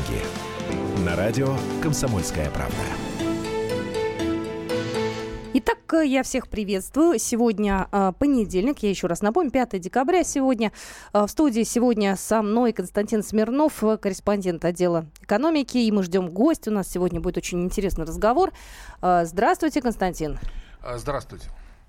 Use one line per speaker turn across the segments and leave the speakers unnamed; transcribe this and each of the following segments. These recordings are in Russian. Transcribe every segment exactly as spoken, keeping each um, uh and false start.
диалоги. На радио «Комсомольская правда».
Итак, я всех приветствую. Сегодня э, понедельник, я еще раз напомню, пятое декабря сегодня. Э, в студии сегодня со мной Константин Смирнов, корреспондент отдела экономики. И мы ждем гостя. У нас сегодня будет очень интересный разговор. Э, здравствуйте, Константин.
Здравствуйте.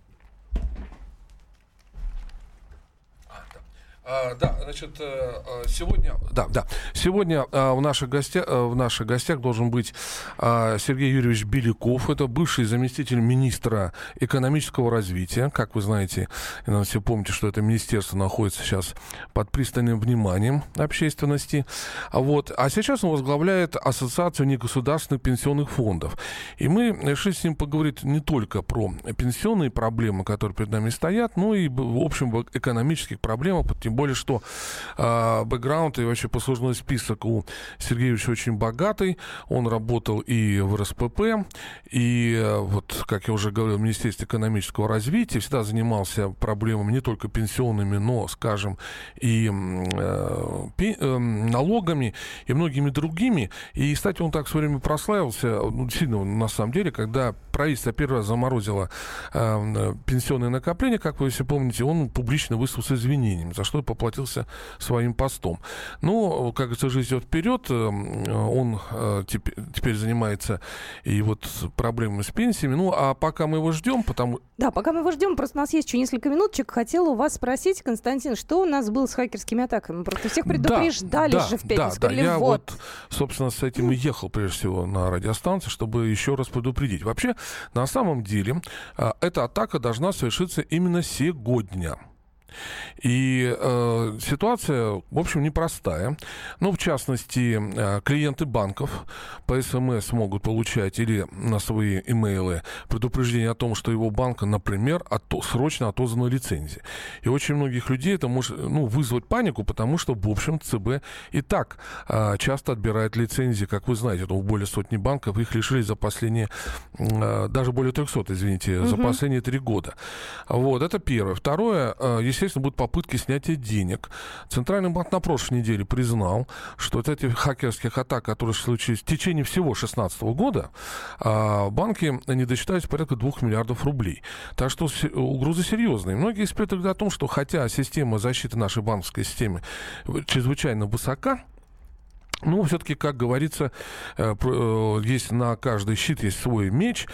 А, да, значит, сегодня, да, да, сегодня в наших гостях, в наших гостях должен быть Сергей Юрьевич Беляков. Это бывший заместитель министра экономического развития. Как вы знаете, наверное, все помните, что это министерство находится сейчас под пристальным вниманием общественности. Вот. А сейчас он возглавляет Ассоциацию негосударственных пенсионных фондов. И мы решили с ним поговорить не только про пенсионные проблемы, которые перед нами стоят, но и, в общем, об экономических проблемах, тем более, что э, бэкграунд и вообще послужной список у Сергея Юрьевича очень богатый. Он работал и в эр эс пэ пэ, и, э, вот, как я уже говорил, в Министерстве экономического развития. Всегда занимался проблемами не только пенсионными, но, скажем, и э, пи, э, налогами, и многими другими. И, кстати, он так в свое время прославился, ну, сильно, на самом деле, когда правительство первый раз заморозило э, пенсионные накопления, как вы все помните, он публично выступил с извинениями, за что поплатился своим постом. Но, как говорится, жизнь идет вперед. Он теперь, теперь занимается и вот проблемами с пенсиями. Ну, а пока мы его ждем, потому...
Да, пока мы его ждем, просто у нас есть еще несколько минуточек. Хотела у вас спросить, Константин, что у нас было с хакерскими атаками? Мы просто всех предупреждали
да,
же в
да,
пятницу.
Да, да, я
вот.
вот, собственно, с этим и ехал, прежде всего, на радиостанцию, чтобы еще раз предупредить. Вообще, на самом деле, эта атака должна совершиться именно сегодня. И э, ситуация, в общем, непростая. Ну, в частности, э, клиенты банков по эс эм эс могут получать или на свои имейлы предупреждение о том, что его банка, например, отто, срочно отозвана лицензия. И очень многих людей это может, ну, вызвать панику, потому что, в общем, цэ бэ и так э, часто отбирает лицензии. Как вы знаете, у более сотни банков их лишили за последние, э, даже более трехсот, извините, mm-hmm. за последние три года. Вот, это первое. Второе, э, естественно, будут попытки снятия денег. Центральный банк на прошлой неделе признал, что от этих хакерских атак, которые случились в течение всего две тысячи шестнадцатого года, банки не досчитались порядка двух миллиардов рублей. Так что угрозы серьезные. Многие эксперты говорят о том, что хотя система защиты нашей банковской системы чрезвычайно высока, ну, все-таки, как говорится, есть на каждый щит есть свой меч,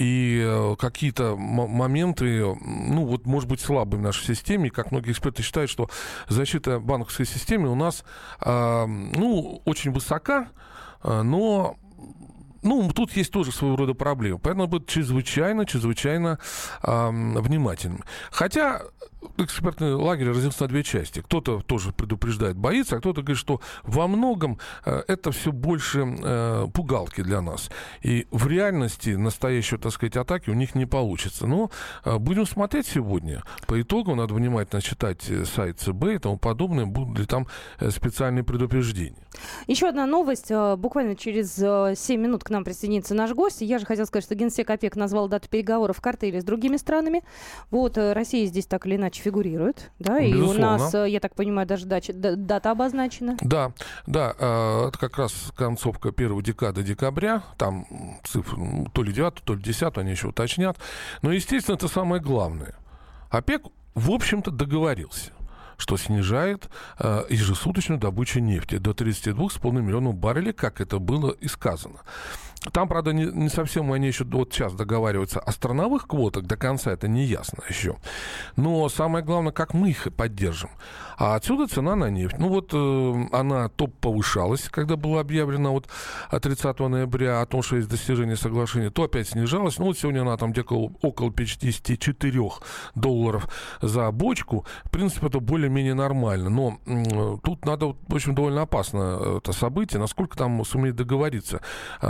и какие-то м- моменты, ну, вот, может быть, слабые в нашей системе, как многие эксперты считают, что защита банковской системы у нас, э, ну, очень высока, э, но... Ну, тут есть тоже своего рода проблемы. Поэтому быть чрезвычайно, чрезвычайно э, внимательным. Хотя экспертный лагерь разделился на две части. Кто-то тоже предупреждает, боится, а кто-то говорит, что во многом э, это все больше э, пугалки для нас. И в реальности настоящей, так сказать, атаки у них не получится. Но э, будем смотреть сегодня. По итогу надо внимательно читать сайт цэ бэ и тому подобное. Будут ли там э, специальные предупреждения.
Еще одна новость. Буквально через семь минут к нам присоединится наш гость. Я же хотела сказать, что Генсек ОПЕК назвал дату переговоров в картеле с другими странами. Вот, Россия здесь так или иначе фигурирует. Да? И у нас, я так понимаю, даже дача, дата обозначена.
Да, да. Это как раз концовка первой декады декабря. Там цифры то ли девятого, то ли десятого, они еще уточнят. Но, естественно, это самое главное. ОПЕК, в общем-то, договорился, что снижает э, ежесуточную добычу нефти до тридцати двух с половиной миллионов баррелей, как это было и сказано. Там, правда, не, не совсем они еще вот сейчас договариваются о страновых квотах, до конца это не ясно еще. Но самое главное, как мы их поддержим. А отсюда цена на нефть. Ну вот э, она то повышалась, когда было объявлено вот тридцатого ноября о том, что есть достижение соглашения, то опять снижалась. Ну вот сегодня она там где-то около пятьдесят четыре долларов за бочку. В принципе, это более-менее нормально. Но э, тут надо, в общем, довольно опасно это событие, насколько там сумеют договориться э, в десятом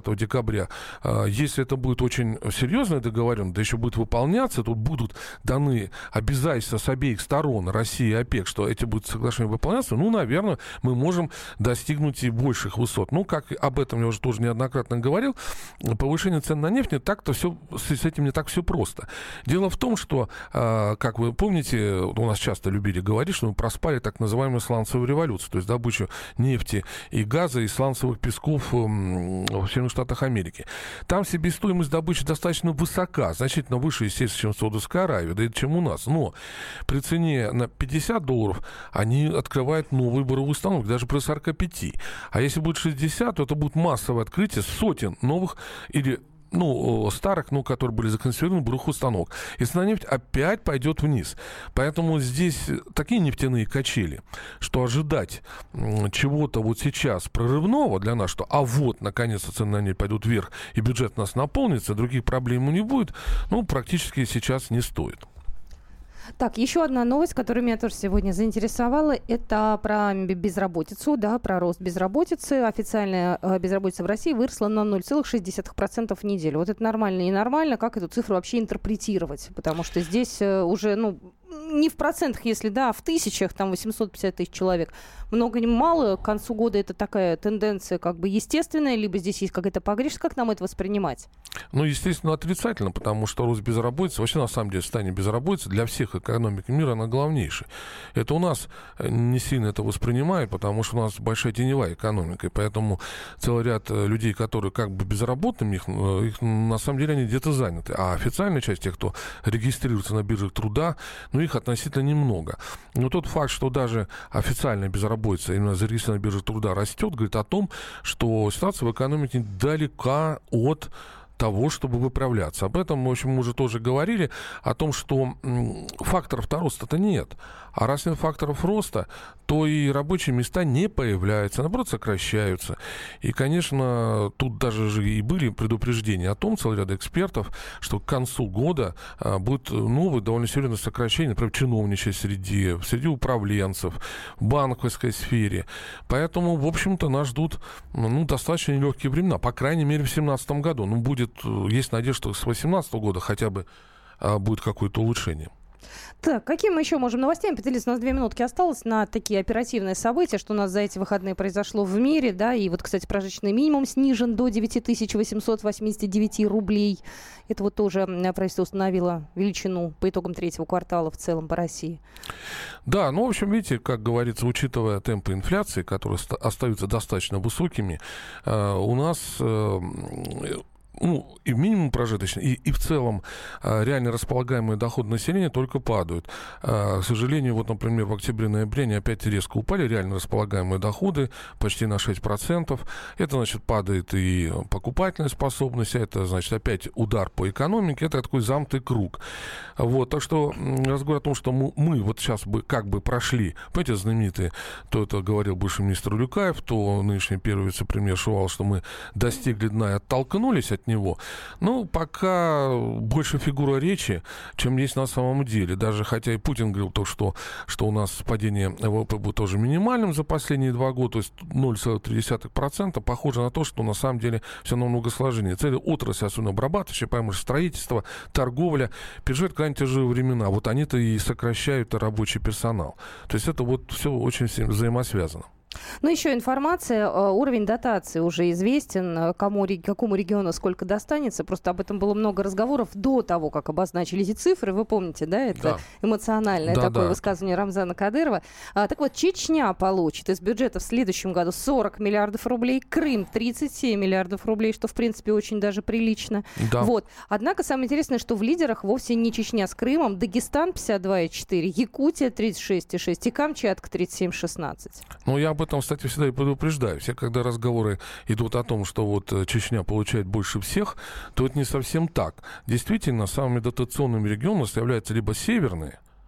пятого декабря, если это будет очень серьезная договоренность, да еще будет выполняться, тут будут даны обязательства с обеих сторон, России и ОПЕК, что эти будут соглашения выполняться, ну, наверное, мы можем достигнуть и больших высот. Ну, как об этом я уже тоже неоднократно говорил, повышение цен на нефть, не так-то все, с этим не так все просто. Дело в том, что, как вы помните, у нас часто любили говорить, что мы проспали так называемую сланцевую революцию, то есть добычу нефти и газа и сланцевых песков в Соединенных Штатах Америки. Там себестоимость добычи достаточно высока, значительно выше, естественно, чем в Саудовской Аравии, да и чем у нас. Но при цене на пятьдесят долларов они открывают новый буровой станок, даже при сорока пяти. А если будет шестьдесят, то это будет массовое открытие сотен новых или ну, старых, ну, которые были законсервированы, буровых установок. И цена нефти опять пойдет вниз. Поэтому здесь такие нефтяные качели, что ожидать чего-то вот сейчас прорывного для нас, что а вот, наконец-то цены на нефть пойдут вверх, и бюджет у нас наполнится, других проблем не будет, ну, практически сейчас не стоит.
Так, еще одна новость, которая меня тоже сегодня заинтересовала, это про безработицу, да, про рост безработицы. Официальная безработица в России выросла на ноль целых шесть десятых процента в неделю. Вот это нормально и нормально. Как эту цифру вообще интерпретировать? Потому что здесь уже, ну, не в процентах, если, да, а в тысячах, там восемьсот пятьдесят тысяч человек. Много, не мало. К концу года это такая тенденция как бы естественная, либо здесь есть какая-то погрешность. Как нам это воспринимать?
Ну, естественно, отрицательно, потому что рост безработицы, вообще, на самом деле, состояние безработицы для всех экономик мира, она главнейшая. Это у нас не сильно это воспринимают, потому что у нас большая теневая экономика, и поэтому целый ряд людей, которые как бы безработными, их, их на самом деле они где-то заняты. А официальная часть тех, кто регистрируется на биржах труда, ну, их относительно немного. Но тот факт, что даже официальная безработица именно зарегистрированная биржа труда растет, говорит о том, что ситуация в экономике далека от того, чтобы выправляться. Об этом, в общем, мы уже тоже говорили, о том, что м, факторов-то роста-то нет. А раз нет факторов роста, то и рабочие места не появляются, наоборот, сокращаются. И, конечно, тут даже же и были предупреждения о том, целый ряд экспертов, что к концу года а, будет новое довольно серьезное сокращение, например, чиновничьей среди, среди управленцев, в банковской сфере. Поэтому, в общем-то, нас ждут ну, достаточно нелегкие времена, по крайней мере, в две тысячи семнадцатом году. Ну, будет, есть надежда, что с две тысячи восемнадцатого года хотя бы а, будет какое-то улучшение.
Так, каким мы еще можем новостями поделиться? У нас две минутки осталось на такие оперативные события, что у нас за эти выходные произошло в мире, да, и вот, кстати, прожиточный минимум снижен до девять тысяч восемьсот восемьдесят девять рублей. Это вот тоже правительство установило величину по итогам третьего квартала в целом по России.
Да, ну, в общем, видите, как говорится, учитывая темпы инфляции, которые остаются достаточно высокими, э, у нас... Э, Ну, и минимум прожиточный, и, и в целом а, реально располагаемые доходы населения только падают. А, к сожалению, вот, например, в октябре-ноябре они опять резко упали, реально располагаемые доходы почти на шесть процентов. Это, значит, падает и покупательная способность, это, значит, опять удар по экономике, это такой замкнутый круг. Вот, так что разговор о том, что мы, мы вот сейчас бы как бы прошли, понимаете, знаменитые, то это говорил бывший министр Улюкаев, то нынешний первый вице-премьер Шувалов, что мы достигли дна и оттолкнулись от него. Ну, пока больше фигура речи, чем есть на самом деле. Даже хотя и Путин говорил то, что, что у нас падение ВВП будет тоже минимальным за последние два года, то есть ноль целых три десятых процента, похоже на то, что на самом деле все намного сложнее. Цели отрасли, особенно обрабатывающая промышленность, строительство, торговля, переживают крайне тяжелые времена. Вот они-то и сокращают рабочий персонал. То есть это вот все очень взаимосвязано.
Ну, еще информация. Уровень дотации уже известен, кому, какому региону сколько достанется. Просто об этом было много разговоров до того, как обозначили эти цифры. Вы помните, да, это да. эмоциональное да, такое да. высказывание Рамзана Кадырова. А, так вот, Чечня получит из бюджета в следующем году сорок миллиардов рублей, Крым тридцать семь миллиардов рублей, что, в принципе, очень даже прилично. Да. Вот. Однако, самое интересное, что в лидерах вовсе не Чечня с Крымом. Дагестан пятьдесят два и четыре, Якутия тридцать шесть и шесть и Камчатка тридцать семь и шестнадцать.
Ну, я об этом, кстати, всегда и предупреждаю. Все, когда разговоры идут о том, что вот Чечня получает больше всех, то это не совсем так. Действительно, самыми дотационными регионами являются либо северные,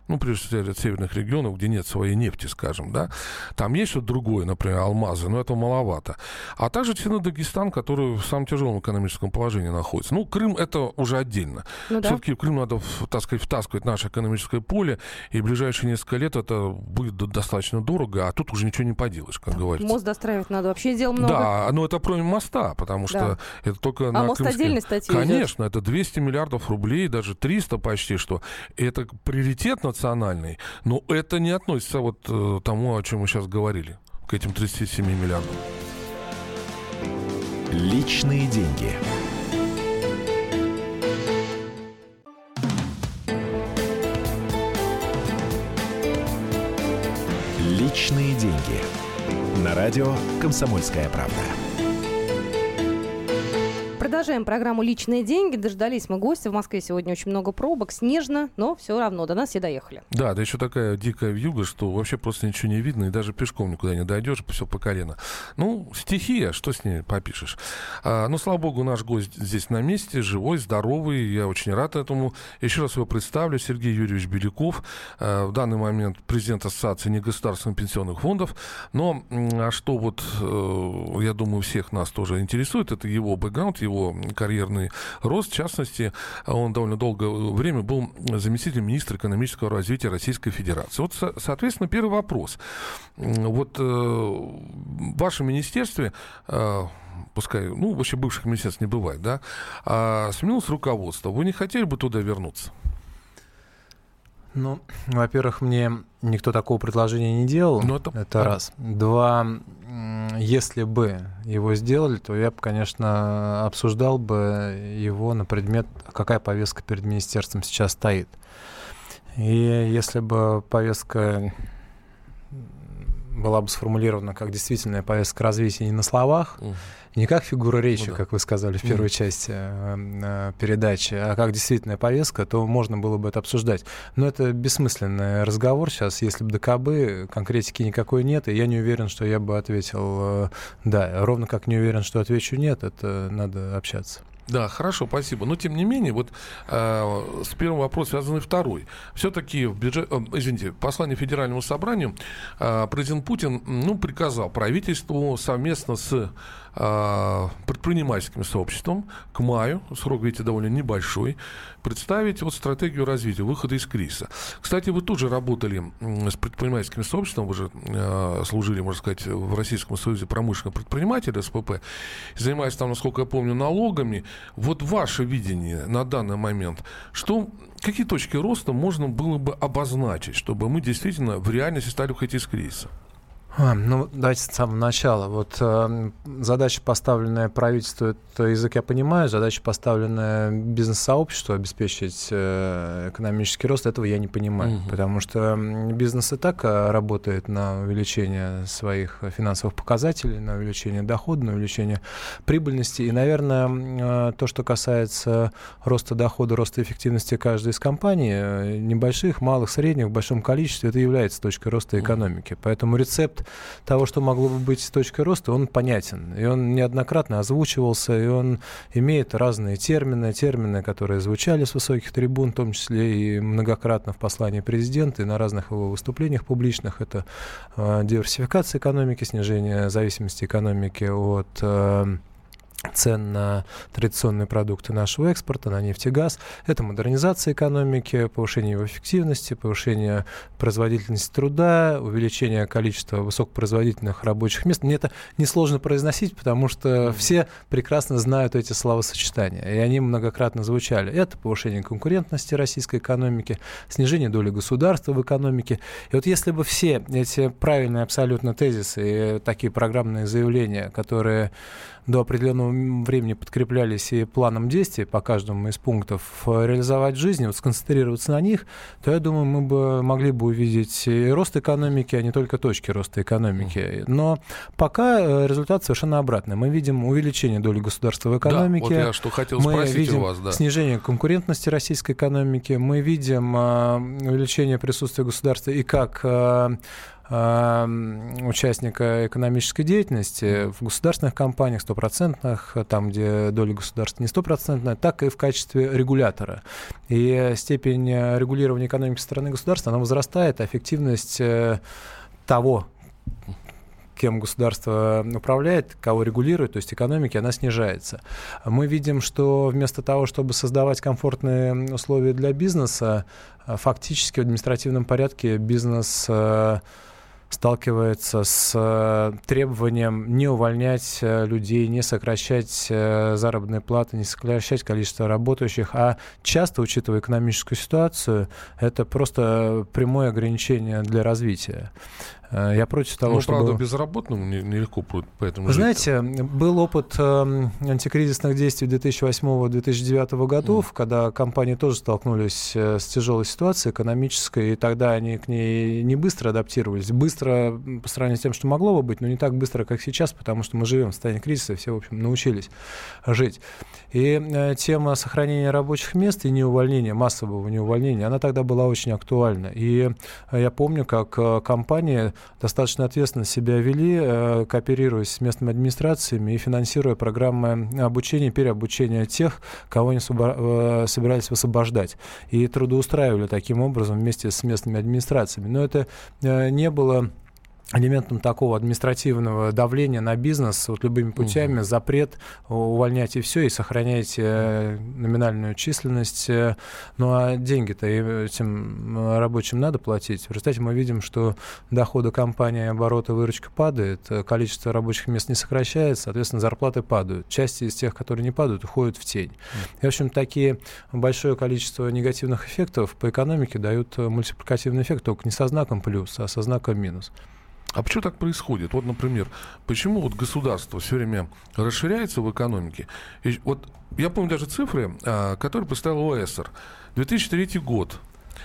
ну, прежде всего, ряд северных регионов, где нет своей нефти, скажем, да, там есть что-то другое, например, алмазы, но это маловато. А также действительно Дагестан, который в самом тяжелом экономическом положении находится. Ну, Крым — это уже отдельно. Ну, да. Все-таки в Крым надо, так сказать, втаскивать наше экономическое поле, и в ближайшие несколько лет это будет достаточно дорого, а тут уже ничего не поделаешь, как да. говорится.
Мост достраивать надо, вообще дел много.
Да, но это кроме моста, потому что да. это только
а
на
мост
Крымской...
отдельной статьей
Конечно,
идет.
это двести миллиардов рублей, даже триста почти что. Это приоритет национальный, но это не относится вот к тому, о чем мы сейчас говорили, к этим тридцати семи миллиардам.
Личные деньги. Личные деньги. На радио «Комсомольская правда».
Продолжаем программу «Личные деньги». Дождались мы гостя. В Москве сегодня очень много пробок. Снежно, но все равно до нас все доехали.
Да, да еще такая дикая вьюга, что вообще просто ничего не видно, и даже пешком никуда не дойдешь, все по колено. Ну, стихия, что с ней попишешь. А, ну, слава богу, наш гость здесь на месте, живой, здоровый. Я очень рад этому. Еще раз его представлю. Сергей Юрьевич Беляков. А, в данный момент президент Ассоциации негосударственных пенсионных фондов. Но а что вот, я думаю, всех нас тоже интересует, это его бэкграунд, его карьерный рост. В частности, он довольно долгое время был заместителем министра экономического развития Российской Федерации. Вот, со- соответственно, первый вопрос. Вот э, в вашем министерстве, э, пускай, ну, вообще бывших министерств не бывает, да, а сменилось руководство. Вы не хотели бы туда вернуться?
Ну, во-первых, мне никто такого предложения не делал. Ну, это это раз. Два, если бы его сделали, то я бы, конечно, обсуждал бы его на предмет, какая повестка перед министерством сейчас стоит. И если бы повестка была бы сформулирована как действительная повестка развития не на словах, uh. не как фигура речи, ну, да. как вы сказали в первой uh. части э, передачи, а как действительная повестка, то можно было бы это обсуждать. Но это бессмысленный разговор сейчас. Если бы ДКБ, конкретики никакой нет, и я не уверен, что я бы ответил э, да. Ровно как не уверен, что отвечу нет, это надо общаться.
Да, хорошо, спасибо. Но, тем не менее, вот э, с первым вопросом связан и второй. Все-таки в бюджет, э, извините, в послании Федеральному собранию э, президент Путин ну, приказал правительству совместно с э, предпринимательским сообществом к маю, срок, видите, довольно небольшой, представить вот стратегию развития, выхода из кризиса. Кстати, вы тоже работали с предпринимательским сообществом, вы же э, служили, можно сказать, в Российском союзе промышленных предпринимателей, СПП, занимаясь там, насколько я помню, налогами. Вот ваше видение на данный момент, что, какие точки роста можно было бы обозначить, чтобы мы действительно в реальности стали выходить из кризиса?
А, ну, давайте с самого начала. Вот э, задача, поставленная правительству, это язык я понимаю, задача, поставленная бизнес-сообществу, обеспечить э, экономический рост, этого я не понимаю. Угу. Потому что бизнес и так работает на увеличение своих финансовых показателей, на увеличение дохода, на увеличение прибыльности. И, наверное, э, то, что касается роста дохода, роста эффективности каждой из компаний, э, небольших, малых, средних, в большом количестве, это является точкой роста экономики. Угу. Поэтому рецепт того, что могло бы быть с точкой роста, он понятен. И он неоднократно озвучивался, и он имеет разные термины, термины, которые звучали с высоких трибун, в том числе и многократно в послании президента, и на разных его выступлениях публичных. Это э, диверсификация экономики, снижение зависимости экономики от э, цен на традиционные продукты нашего экспорта, на нефть и газ. Это модернизация экономики, повышение его эффективности, повышение производительности труда, увеличение количества высокопроизводительных рабочих мест. Мне это несложно произносить, потому что все прекрасно знают эти словосочетания, и они многократно звучали. Это повышение конкурентности российской экономики, снижение доли государства в экономике. И вот если бы все эти правильные абсолютно тезисы и такие программные заявления, которые до определенного времени подкреплялись и планом действий по каждому из пунктов, реализовать в жизни, вот сконцентрироваться на них, то, я думаю, мы бы могли бы увидеть и рост экономики, а не только точки роста экономики. Но пока результат совершенно обратный. Мы видим увеличение доли государства в экономике.
Да, вот я что хотел
мы
спросить
видим
у вас, да.
снижение конкурентности российской экономики. Мы видим а, увеличение присутствия государства и как а, участника экономической деятельности в государственных компаниях, стопроцентных странах, там, где доля государства не стопроцентная, так и в качестве регулятора. И степень регулирования экономики со стороны государства, она возрастает, а эффективность того, кем государство управляет, кого регулирует, то есть экономики, она снижается. Мы видим, что вместо того, чтобы создавать комфортные условия для бизнеса, фактически в административном порядке бизнес сталкивается с требованием не увольнять людей, не сокращать заработные платы, не сокращать количество работающих, а часто, учитывая экономическую ситуацию, это просто прямое ограничение для развития. Я против того,
ну,
чтобы...
правда, безработному нелегко поэтому
Вы
жить.
знаете, был опыт э, антикризисных действий две тысячи восьмого - две тысячи девятого годов, mm. когда компании тоже столкнулись э, с тяжелой ситуацией экономической, и тогда они к ней не быстро адаптировались. Быстро по сравнению с тем, что могло бы быть, но не так быстро, как сейчас, потому что мы живем в состоянии кризиса, и все, в общем, научились жить. И э, тема сохранения рабочих мест и неувольнения, массового неувольнения, она тогда была очень актуальна. И э, я помню, как э, компании достаточно ответственно себя вели, кооперируясь с местными администрациями и финансируя программы обучения, переобучения тех, кого они собирались высвобождать. И трудоустраивали таким образом вместе с местными администрациями. Но это не было элементом такого административного давления на бизнес вот любыми путями, uh-huh. запрет увольнять и все, и сохраняйте номинальную численность. Ну а деньги-то этим рабочим надо платить. В результате мы видим, что доходы компании, обороты, выручка падает, количество рабочих мест не сокращается, соответственно, зарплаты падают. Часть из тех, которые не падают, уходят в тень. И, в общем, такие большое количество негативных эффектов по экономике дают мультипликативный эффект, только не со знаком плюс, а со знаком минус.
А почему так происходит? Вот, например, почему вот государство все время расширяется в экономике? И вот я помню даже цифры, которые представил ОЭСР. две тысячи третий год.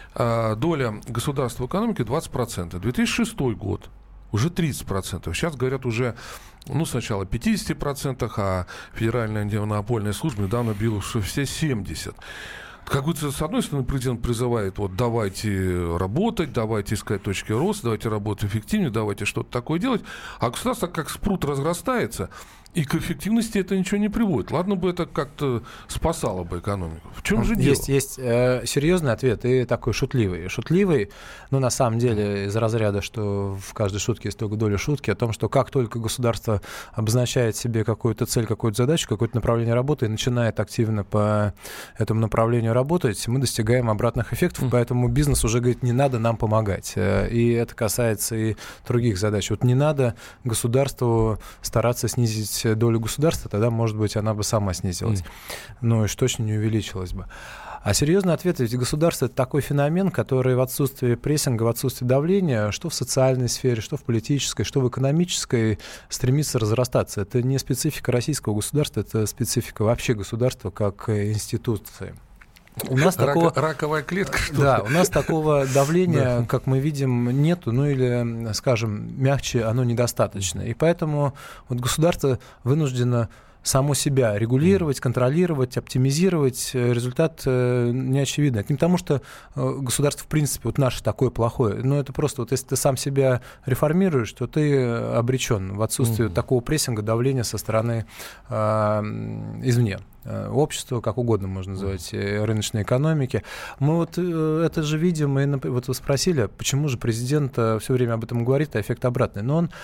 Доля государства в экономике двадцать процентов. две тысячи шестой год. Уже тридцать процентов. Сейчас говорят уже, ну, сначала пятьдесят процентов, а Федеральная антимонопольная служба недавно била, что все семьдесят процентов. Как будто, с одной стороны, президент призывает, вот, давайте работать, давайте искать точки роста, давайте работать эффективнее, давайте что-то такое делать, а государство как спрут разрастается, и к эффективности это ничего не приводит. Ладно бы это как-то спасало бы экономику. В чем же дело?
Есть, есть э, серьезный ответ и такой шутливый. Шутливый, ну, на самом деле, из разряда, что в каждой шутке есть только доля шутки, о том, что как только государство обозначает себе какую-то цель, какую-то задачу, какое-то направление работы и начинает активно по этому направлению работать, мы достигаем обратных эффектов, mm. поэтому бизнес уже говорит, не надо нам помогать. И это касается и других задач. Вот не надо государству стараться снизить долю государства, тогда, может быть, она бы сама снизилась. Mm. Ну, и уж точно не увеличилась бы. А серьезный ответ, ведь государство – это такой феномен, который в отсутствии прессинга, в отсутствии давления, что в социальной сфере, что в политической, что в экономической, стремится разрастаться. Это не специфика российского государства, это специфика вообще государства как институции. У нас
Рак,
такого,
раковая клетка, что ли?
Да, у нас такого давления, как мы видим, нету, ну или, скажем, мягче, оно недостаточно. И поэтому вот государство вынуждено само себя регулировать, контролировать, оптимизировать. Результат э, не очевидный. Это не потому, что э, государство, в принципе, вот наше такое плохое, но это просто, вот если ты сам себя реформируешь, то ты обречен в отсутствии mm-hmm. такого прессинга, давления со стороны э, извне. Общество, как угодно можно называть, рыночной экономики. Мы вот это же видим, и вот вы спросили, почему же президент все время об этом говорит, а эффект обратный. Но он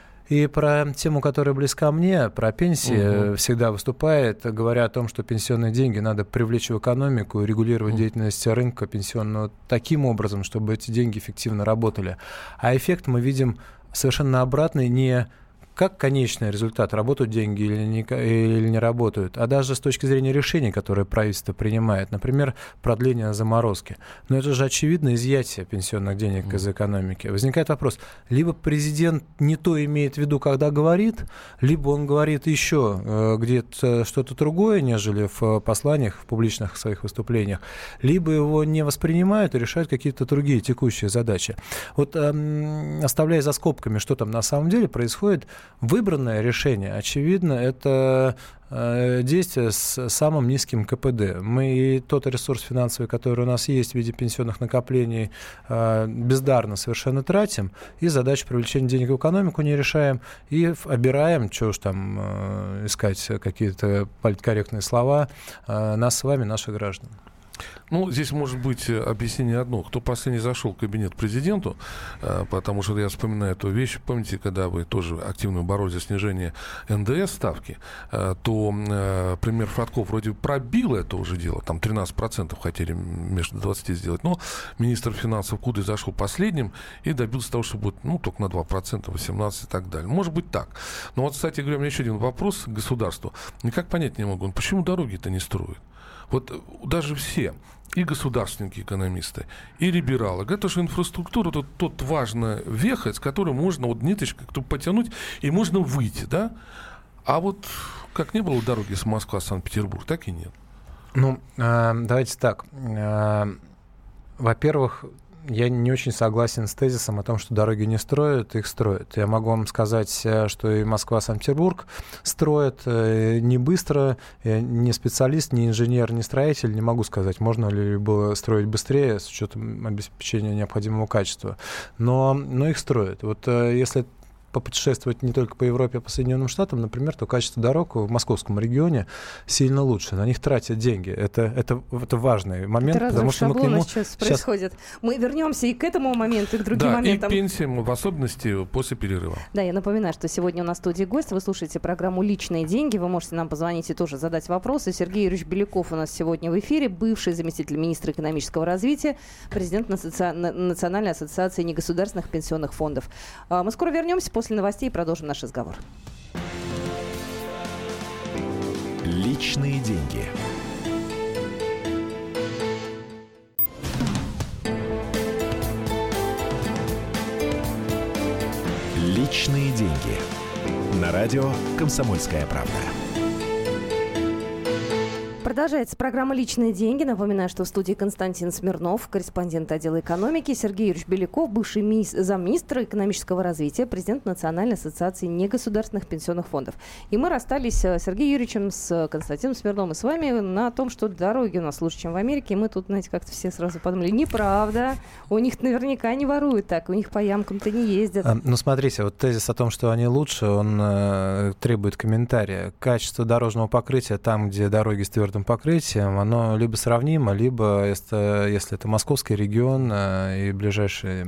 и про тему, которая близка мне, про пенсии, угу. всегда выступает, говоря о том, что пенсионные деньги надо привлечь в экономику, регулировать угу. деятельность рынка пенсионного таким образом, чтобы эти деньги эффективно работали. А эффект мы видим совершенно обратный, не как конечный результат, работают деньги или не, или не работают, а даже с точки зрения решений, которые правительство принимает, например, продление заморозки. Но это же очевидно изъятие пенсионных денег mm. из экономики. Возникает вопрос, либо президент не то имеет в виду, когда говорит, либо он говорит еще э, где-то что-то другое, нежели в посланиях, в публичных своих выступлениях, либо его не воспринимают и решают какие-то другие текущие задачи. Вот э, оставляя за скобками, что там на самом деле происходит, выбранное решение, очевидно, это действия с самым низким ка пэ дэ. Мы и тот ресурс финансовый, который у нас есть в виде пенсионных накоплений, бездарно совершенно тратим, и задачу привлечения денег в экономику не решаем, и обираем, что уж там искать какие-то политкорректные слова, нас с вами, наши граждане.
Ну, здесь может быть объяснение одно. Кто последний зашел в кабинет президенту, потому что я вспоминаю эту вещь, помните, когда вы тоже активно боролись за снижение эн дэ эс ставки, то премьер Фродков вроде пробил это уже дело, там тринадцать процентов хотели между двадцати сделать, но министр финансов Кудрин зашел последним и добился того, что будет, ну, только на два процента, восемнадцать и так далее. Может быть так. Но вот, кстати говоря, у меня еще один вопрос к государству. Никак понять не могу, почему дороги-то не строят? Вот даже все, и государственники, экономисты, и либералы, это же инфраструктура, это тот важный веха, с которой можно вот ниточкой потянуть, и можно выйти, да? А вот как не было дороги с Москвы в Санкт-Петербург, так и нет.
Ну, э, давайте так. Э, во-первых, я не очень согласен с тезисом о том, что дороги не строят, их строят. Я могу вам сказать, что и Москва-Санкт-Петербург строят не быстро. Я не специалист, не инженер, не строитель. Не могу сказать, можно ли было строить быстрее с учетом обеспечения необходимого качества. Но, но их строят. Вот если попутешествовать не только по Европе, а по Соединенным Штатам, например, то качество дорог в московском регионе сильно лучше. На них тратят деньги. Это, это, это важный момент,
это
потому что мы к нему...
сейчас,
сейчас
происходит. Мы вернемся и к этому моменту, и к другим
да,
моментам.
И к пенсиям, в особенности после перерыва.
Да, я напоминаю, что сегодня у нас в студии гость. Вы слушаете программу «Личные деньги». Вы можете нам позвонить и тоже задать вопросы. Сергей Юрьевич Беляков у нас сегодня в эфире, бывший заместитель министра экономического развития, президент Национальной ассоциации негосударственных пенсионных фондов. Мы скоро вернемся после новостей и продолжим наш разговор.
Личные деньги. Личные деньги. На радио «Комсомольская правда».
Продолжается программа «Личные деньги». Напоминаю, что в студии Константин Смирнов, корреспондент отдела экономики, Сергей Юрьевич Беляков, бывший ми- замминистра экономического развития, президент Национальной ассоциации негосударственных пенсионных фондов. И мы расстались с Сергеем Юрьевичем, с Константином Смирновым и с вами на том, что дороги у нас лучше, чем в Америке. И мы тут, знаете, как-то все сразу подумали, неправда, у них наверняка не воруют так, у них по ямкам-то не ездят.
А, ну, смотрите, вот тезис о том, что они лучше, он э, требует комментария. Качество дорожного покрытия там, где дороги с твердым покрытием, оно либо сравнимо, либо, если, если это московский регион э, и ближайшие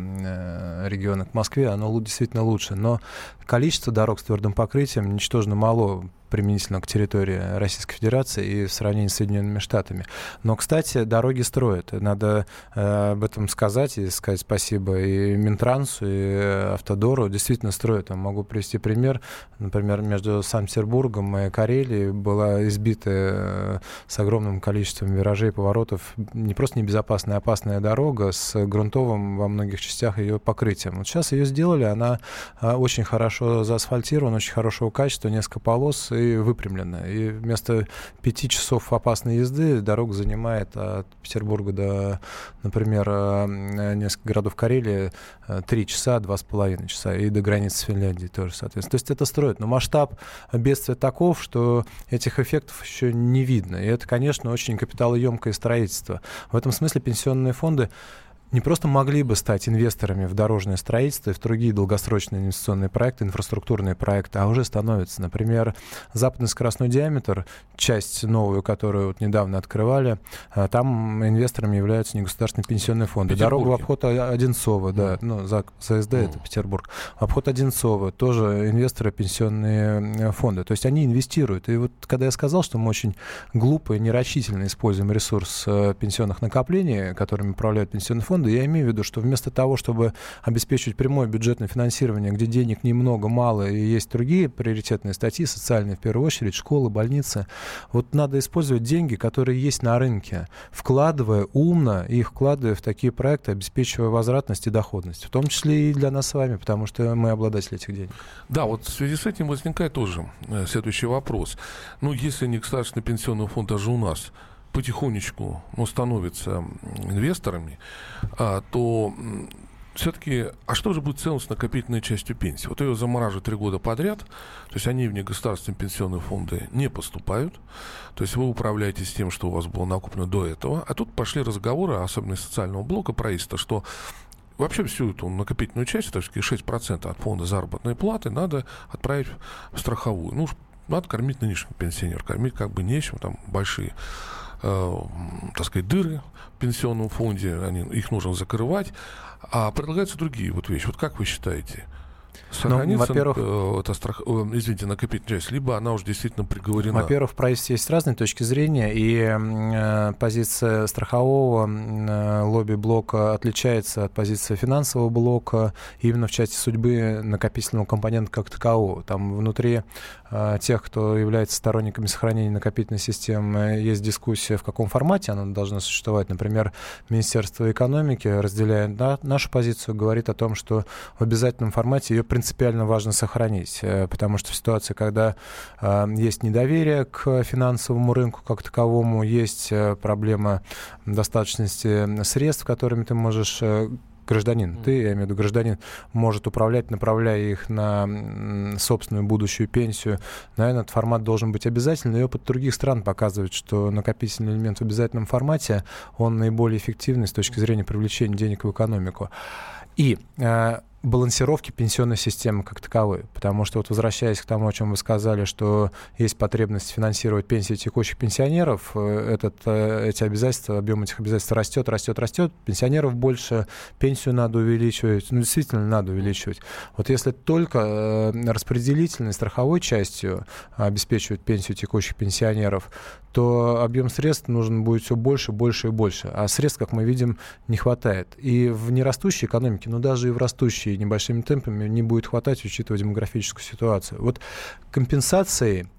э, регионы к Москве, оно действительно лучше. Но количество дорог с твердым покрытием ничтожно мало применительно к территории Российской Федерации и в сравнении с Соединенными Штатами. Но, кстати, дороги строят. Надо э, об этом сказать и сказать спасибо и Минтрансу, и Автодору. Действительно строят. Я могу привести пример. Например, между Санкт-Петербургом и Карелией была избита э, с огромным количеством виражей, поворотов не просто небезопасная, а опасная дорога с грунтовым во многих частях ее покрытием. Вот сейчас ее сделали, она э, очень хорошо заасфальтирована, очень хорошего качества, несколько полос, и выпрямлена. И вместо пяти часов опасной езды дорога занимает от Петербурга до, например, нескольких городов Карелии три часа, два с половиной часа. И до границы с Финляндией тоже, соответственно. То есть это строят. Но масштаб бедствия таков, что этих эффектов еще не видно. И это, конечно, очень капиталоемкое строительство. В этом смысле пенсионные фонды не просто могли бы стать инвесторами в дорожное строительство и в другие долгосрочные инвестиционные проекты, инфраструктурные проекты, а уже становятся. Например, западный скоростной диаметр, часть новую, которую вот недавно открывали, там инвесторами являются негосударственные пенсионные фонды. Дорогу в обход Одинцова, да, mm. ну, за ЗСД mm. это Петербург. В обход Одинцова тоже инвесторы пенсионные фонды. То есть они инвестируют. И вот когда я сказал, что мы очень глупо и нерачительно используем ресурс пенсионных накоплений, которыми управляют пенсионные фонды, я имею в виду, что вместо того, чтобы обеспечивать прямое бюджетное финансирование, где денег немного, мало, и есть другие приоритетные статьи, социальные в первую очередь, школы, больницы, вот надо использовать деньги, которые есть на рынке, вкладывая умно и их вкладывая в такие проекты, обеспечивая возвратность и доходность, в том числе и для нас с вами, потому что мы обладатели этих денег.
Да, вот в связи с этим возникает тоже следующий вопрос. Ну, если не государственный пенсионный фонд даже у нас потихонечку, ну, становятся инвесторами, а, то все-таки, а что же будет в целом с накопительной частью пенсии? Вот ее замораживают три года подряд, то есть они в негосударственные пенсионные фонды не поступают, то есть вы управляетесь тем, что у вас было накоплено до этого, а тут пошли разговоры, особенно из социального блока правительства, что вообще всю эту накопительную часть, то есть шесть процентов от фонда заработной платы, надо отправить в страховую. Ну, надо кормить нынешних пенсионеров, кормить как бы нечем, там большие, э, так сказать, дыры в пенсионном фонде, они, их нужно закрывать. А предлагаются другие вот вещи. Вот как вы считаете? Сохранится, ну, во-первых, э, это страх, э, извините, накопительная часть, либо она уже действительно приговорена?
Во-первых, в правительстве есть разные точки зрения, и э, позиция страхового э, лобби-блока отличается от позиции финансового блока именно в части судьбы накопительного компонента как такового. Там внутри э, тех, кто является сторонниками сохранения накопительной системы, есть дискуссия, в каком формате она должна существовать. Например, Министерство экономики, разделяя да, нашу позицию, говорит о том, что в обязательном формате ее принципиально важно сохранить, потому что в ситуации, когда э, есть недоверие к финансовому рынку как таковому, есть э, проблема достаточности средств, которыми ты можешь... Э, гражданин, mm. ты, я имею в виду гражданин, может управлять, направляя их на собственную будущую пенсию. Наверное, этот формат должен быть обязательный. И опыт других стран показывает, что накопительный элемент в обязательном формате, он наиболее эффективный с точки зрения привлечения денег в экономику. И э, балансировки пенсионной системы как таковой. Потому что, вот возвращаясь к тому, о чем вы сказали, что есть потребность финансировать пенсии текущих пенсионеров, этот, эти обязательства, объем этих обязательств растет, растет, растет. Пенсионеров больше, пенсию надо увеличивать. Ну, действительно, надо увеличивать. Вот если только распределительной страховой частью обеспечивать пенсию текущих пенсионеров, то объем средств нужен будет все больше, больше и больше. А средств, как мы видим, не хватает. И в нерастущей экономике, но даже и в растущей небольшими темпами не будет хватать, учитывая демографическую ситуацию. Вот компенсацией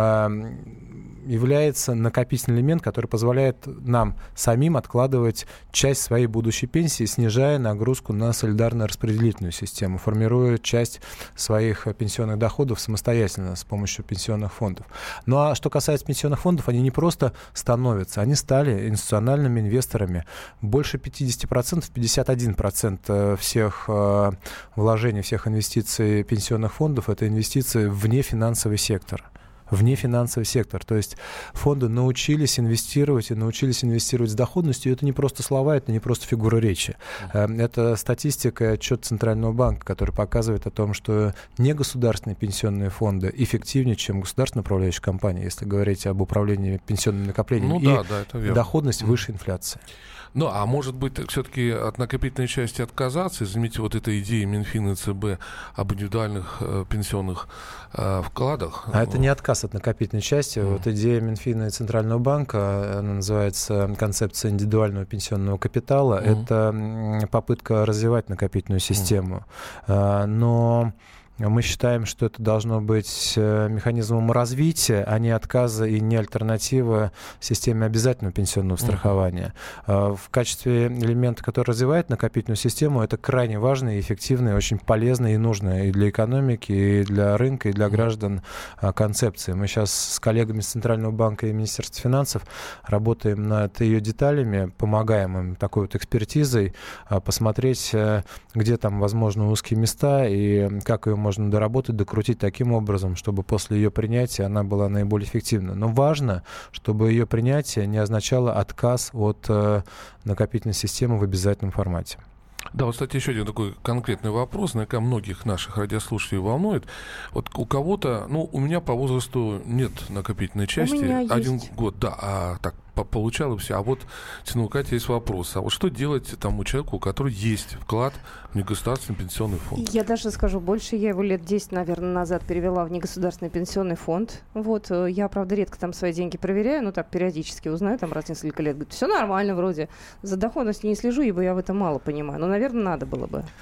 э, является накопительный элемент, который позволяет нам самим откладывать часть своей будущей пенсии, снижая нагрузку на солидарно-распределительную систему, формируя часть своих пенсионных доходов самостоятельно с помощью пенсионных фондов. Ну а что касается пенсионных фондов, они не просто становятся, они стали институциональными инвесторами. Больше пятьдесят процентов, пятьдесят один процент всех э, вложений, всех инвестиций пенсионных фондов — это инвестиции вне финансовый сектор. Вне финансовый сектор. То есть фонды научились инвестировать и научились инвестировать с доходностью. И это не просто слова, это не просто фигура речи. Это статистика и отчет Центрального банка, который показывает о том, что негосударственные пенсионные фонды эффективнее, чем государственные управляющие компании, если говорить об управлении пенсионными накоплениями.
Ну,
и
да, да, это верно.
Доходность выше инфляции.
Ну, а может быть, все-таки от накопительной части отказаться, изменить вот этой идеи Минфина и ЦБ об индивидуальных э, пенсионных э, вкладах?
А это не отказ от накопительной части. Mm. Вот идея Минфина и Центрального банка, она называется концепция индивидуального пенсионного капитала. Mm. Это попытка развивать накопительную систему. Mm. Но... Мы считаем, что это должно быть механизмом развития, а не отказа и не альтернатива системе обязательного пенсионного страхования. Uh-huh. В качестве элемента, который развивает накопительную систему, это крайне важная, эффективная, очень полезная и нужная и для экономики, и для рынка, и для граждан концепция. Мы сейчас с коллегами с Центрального банка и Министерства финансов работаем над ее деталями, помогаем им такой вот экспертизой посмотреть, где там, возможно, узкие места и как ее можно можно доработать, докрутить таким образом, чтобы после ее принятия она была наиболее эффективна. Но важно, чтобы ее принятие не означало отказ от э, накопительной системы в обязательном формате.
Да, вот, кстати, еще один такой конкретный вопрос, наверняка многих наших радиослушателей волнует. Вот у кого-то, ну, у меня по возрасту нет накопительной части.
У меня
Один
есть.
год, да, а так получал и все. А вот, у Кати есть вопрос. А вот что делать тому человеку, у которого есть вклад в негосударственный пенсионный фонд?
Я даже скажу больше. Я его лет десять, наверное, назад перевела в негосударственный пенсионный фонд. Вот. Я, правда, редко там свои деньги проверяю, но так периодически узнаю, там раз в несколько лет. Говорю, все нормально вроде. За доходностью не слежу, ибо я в этом мало понимаю. Но, наверное, надо было бы.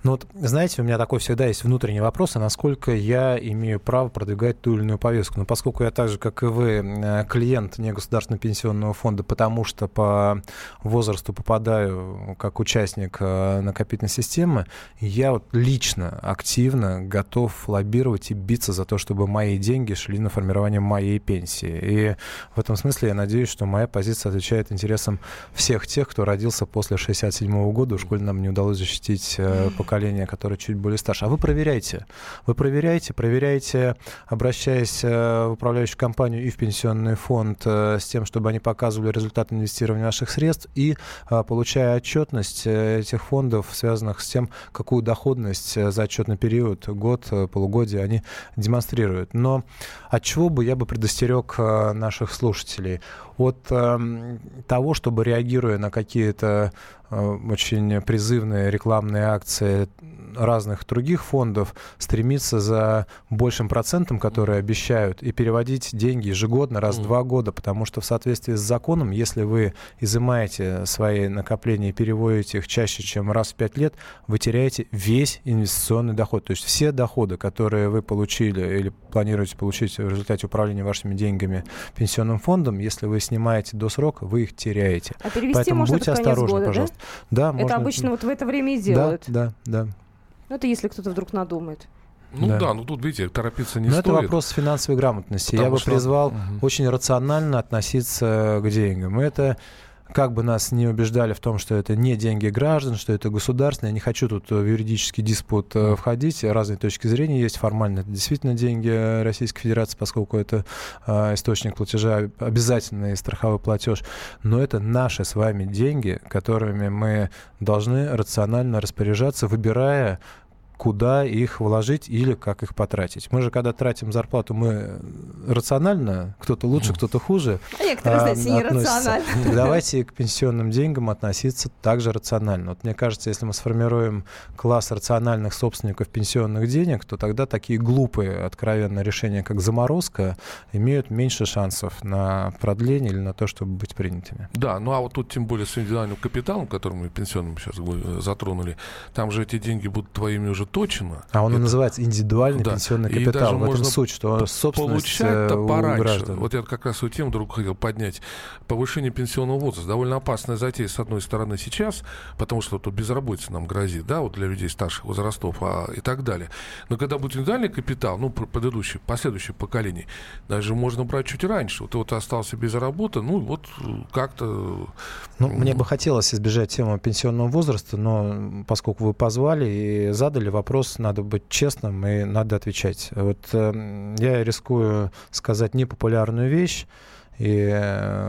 Ну вот, знаете, у меня такой всегда есть внутренний вопрос, а насколько я имею право продвигать ту или иную повестку. Но поскольку я так же, как и вы, клиент негосударственного пенсионного фонда, потому что по возрасту попадаю как участник накопительной системы, я вот лично, активно готов лоббировать и биться за то, чтобы мои деньги шли на формирование моей пенсии. И в этом смысле я надеюсь, что моя позиция отвечает интересам всех тех, кто родился после шестьдесят седьмого года. Уж коль нам не удалось защитить поколение, которое чуть более старше. А вы проверяйте. Вы проверяйте, проверяйте, обращаясь в управляющую компанию и в пенсионный фонд с тем, чтобы они показывали результаты инвестирования наших средств, и получая отчетность этих фондов, связанных с тем, какую доходность за отчетный период, год, полугодие, они демонстрируют. Но от чего бы я бы предостерег наших слушателей? От э, того, чтобы, реагируя на какие-то э, очень призывные рекламные акции разных других фондов, стремиться за большим процентом, которые обещают, и переводить деньги ежегодно, раз в два года, потому что в соответствии с законом, если вы изымаете свои накопления и переводите их чаще, чем раз в пять лет, вы теряете весь инвестиционный доход. То есть все доходы, которые вы получили или планируете получить в результате управления вашими деньгами пенсионным фондом, если вы снимаете до срока, вы их теряете.
А перевести
Поэтому
можно
будьте
под конец
осторожны,
года,
пожалуйста.
Да?
Да,
это
можно...
обычно вот в это время и делают.
Да, да, да.
Ну, это если кто-то вдруг надумает.
Ну да,
да
ну тут, видите, торопиться не
Но
стоит.
это вопрос финансовой грамотности.
Потому
Я бы
что...
призвал
угу.
очень рационально относиться к деньгам. И это... Как бы нас не убеждали в том, что это не деньги граждан, что это государственное, я не хочу тут в юридический диспут входить, разные точки зрения есть. Формально это действительно деньги Российской Федерации, поскольку это э, источник платежа, обязательный страховой платеж. Но это наши с вами деньги, которыми мы должны рационально распоряжаться, выбирая, куда их вложить или как их потратить. Мы же, когда тратим зарплату, мы рационально, кто-то лучше, кто-то хуже,
а некоторые,
а,
знаете, нерационально.
Так давайте к пенсионным деньгам относиться также рационально. Вот мне кажется, если мы сформируем класс рациональных собственников пенсионных денег, то тогда такие глупые, откровенные решения, как заморозка, имеют меньше шансов на продление или на то, чтобы быть принятыми.
Да, ну а вот тут тем более с индивидуальным капиталом, который мы пенсионным сейчас затронули, там же эти деньги будут твоими уже точно.
А он
это...
называется индивидуальный
да.
пенсионный
И
капитал. В этом суть, что собственность у
пораньше.
граждан.
Вот я как раз эту тему вдруг хотел поднять. Повышение пенсионного возраста. Довольно опасная затея, с одной стороны, сейчас, потому что тут безработица нам грозит, да, вот для людей старших возрастов а, и так далее. Но когда будет индивидуальный капитал, ну, предыдущее, последующее поколение, даже можно брать чуть раньше. Вот ты вот остался без работы, ну, вот как-то...
Ну, мне бы хотелось избежать темы пенсионного возраста, но поскольку вы позвали и задали вопрос, надо быть честным и надо отвечать. Вот э, я рискую сказать непопулярную вещь и э,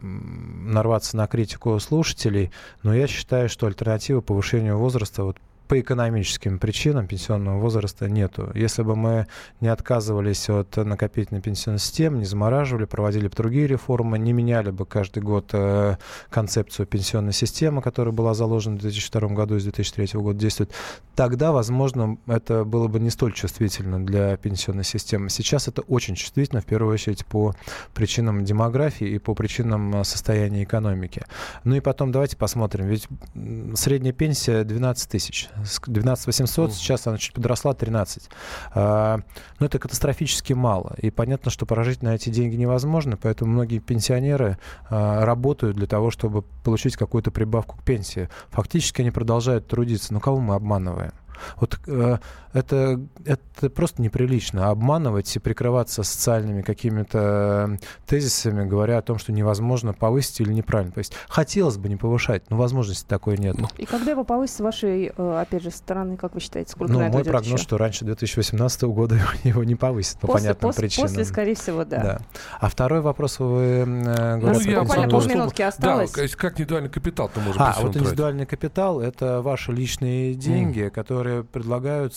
нарваться на критику слушателей, но я считаю, что альтернативы повышению возраста вот по экономическим причинам пенсионного возраста нету. Если бы мы не отказывались от накопительной пенсионной системы, не замораживали, проводили бы другие реформы, не меняли бы каждый год э, концепцию пенсионной системы, которая была заложена в две тысячи втором году и с две тысячи третьего года действует, тогда, возможно, это было бы не столь чувствительно для пенсионной системы. Сейчас это очень чувствительно, в первую очередь, по причинам демографии и по причинам состояния экономики. Ну и потом давайте посмотрим, ведь средняя пенсия двенадцать тысяч. двенадцать восемьсот, сейчас она чуть подросла, тринадцать. Но это катастрофически мало. И понятно, что прожить на эти деньги невозможно, поэтому многие пенсионеры работают для того, чтобы получить какую-то прибавку к пенсии. Фактически они продолжают трудиться. Но кого мы обманываем? Вот э, это, это просто неприлично обманывать и прикрываться социальными какими-то тезисами, говоря о том, что невозможно повысить или неправильно повысить. Хотелось бы не повышать, но возможности такой нет.
И когда его повысить с вашей, опять же, стороны, как вы считаете, сколько
ну,
на это
мой
уйдет
прогноз,
еще?
что раньше две тысячи восемнадцатого года его не повысят по
после,
понятным
после,
причинам.
После, скорее всего, да.
да. А второй вопрос вы э, говорите...
Ну, буквально полминутки осталось.
Да, как индивидуальный капитал-то можно
А, вот индивидуальный капитал — это ваши личные деньги, mm. которые предлагаются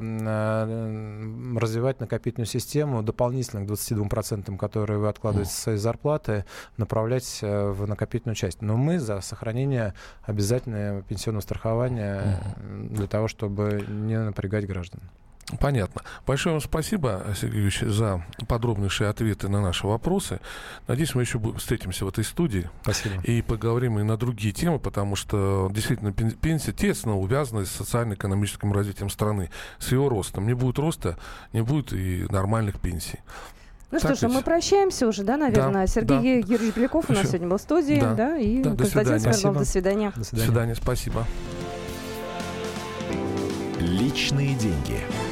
развивать накопительную систему дополнительно к двадцати двум процентам, которые вы откладываете со своей зарплаты, направлять в накопительную часть. Но мы за сохранение обязательного пенсионного страхования для того, чтобы не напрягать граждан.
Понятно. Большое вам спасибо, Сергей Юрьевич, за подробнейшие ответы на наши вопросы. Надеюсь, мы еще встретимся в этой студии.
Спасибо.
И поговорим и на другие темы, потому что действительно пенсия тесно увязана с социально-экономическим развитием страны, с его ростом. Не будет роста, не будет и нормальных пенсий.
Ну
так
что ж,
ведь?
мы прощаемся уже, да, наверное.
Да,
Сергей
да.
Юрьевич Беляков у нас
Еще.
сегодня был в студии,
Да.
да, и
Да, до
Константин
свидания.
Смирнов. До свидания.
До
До
свидания.
свидания, спасибо.
Личные деньги.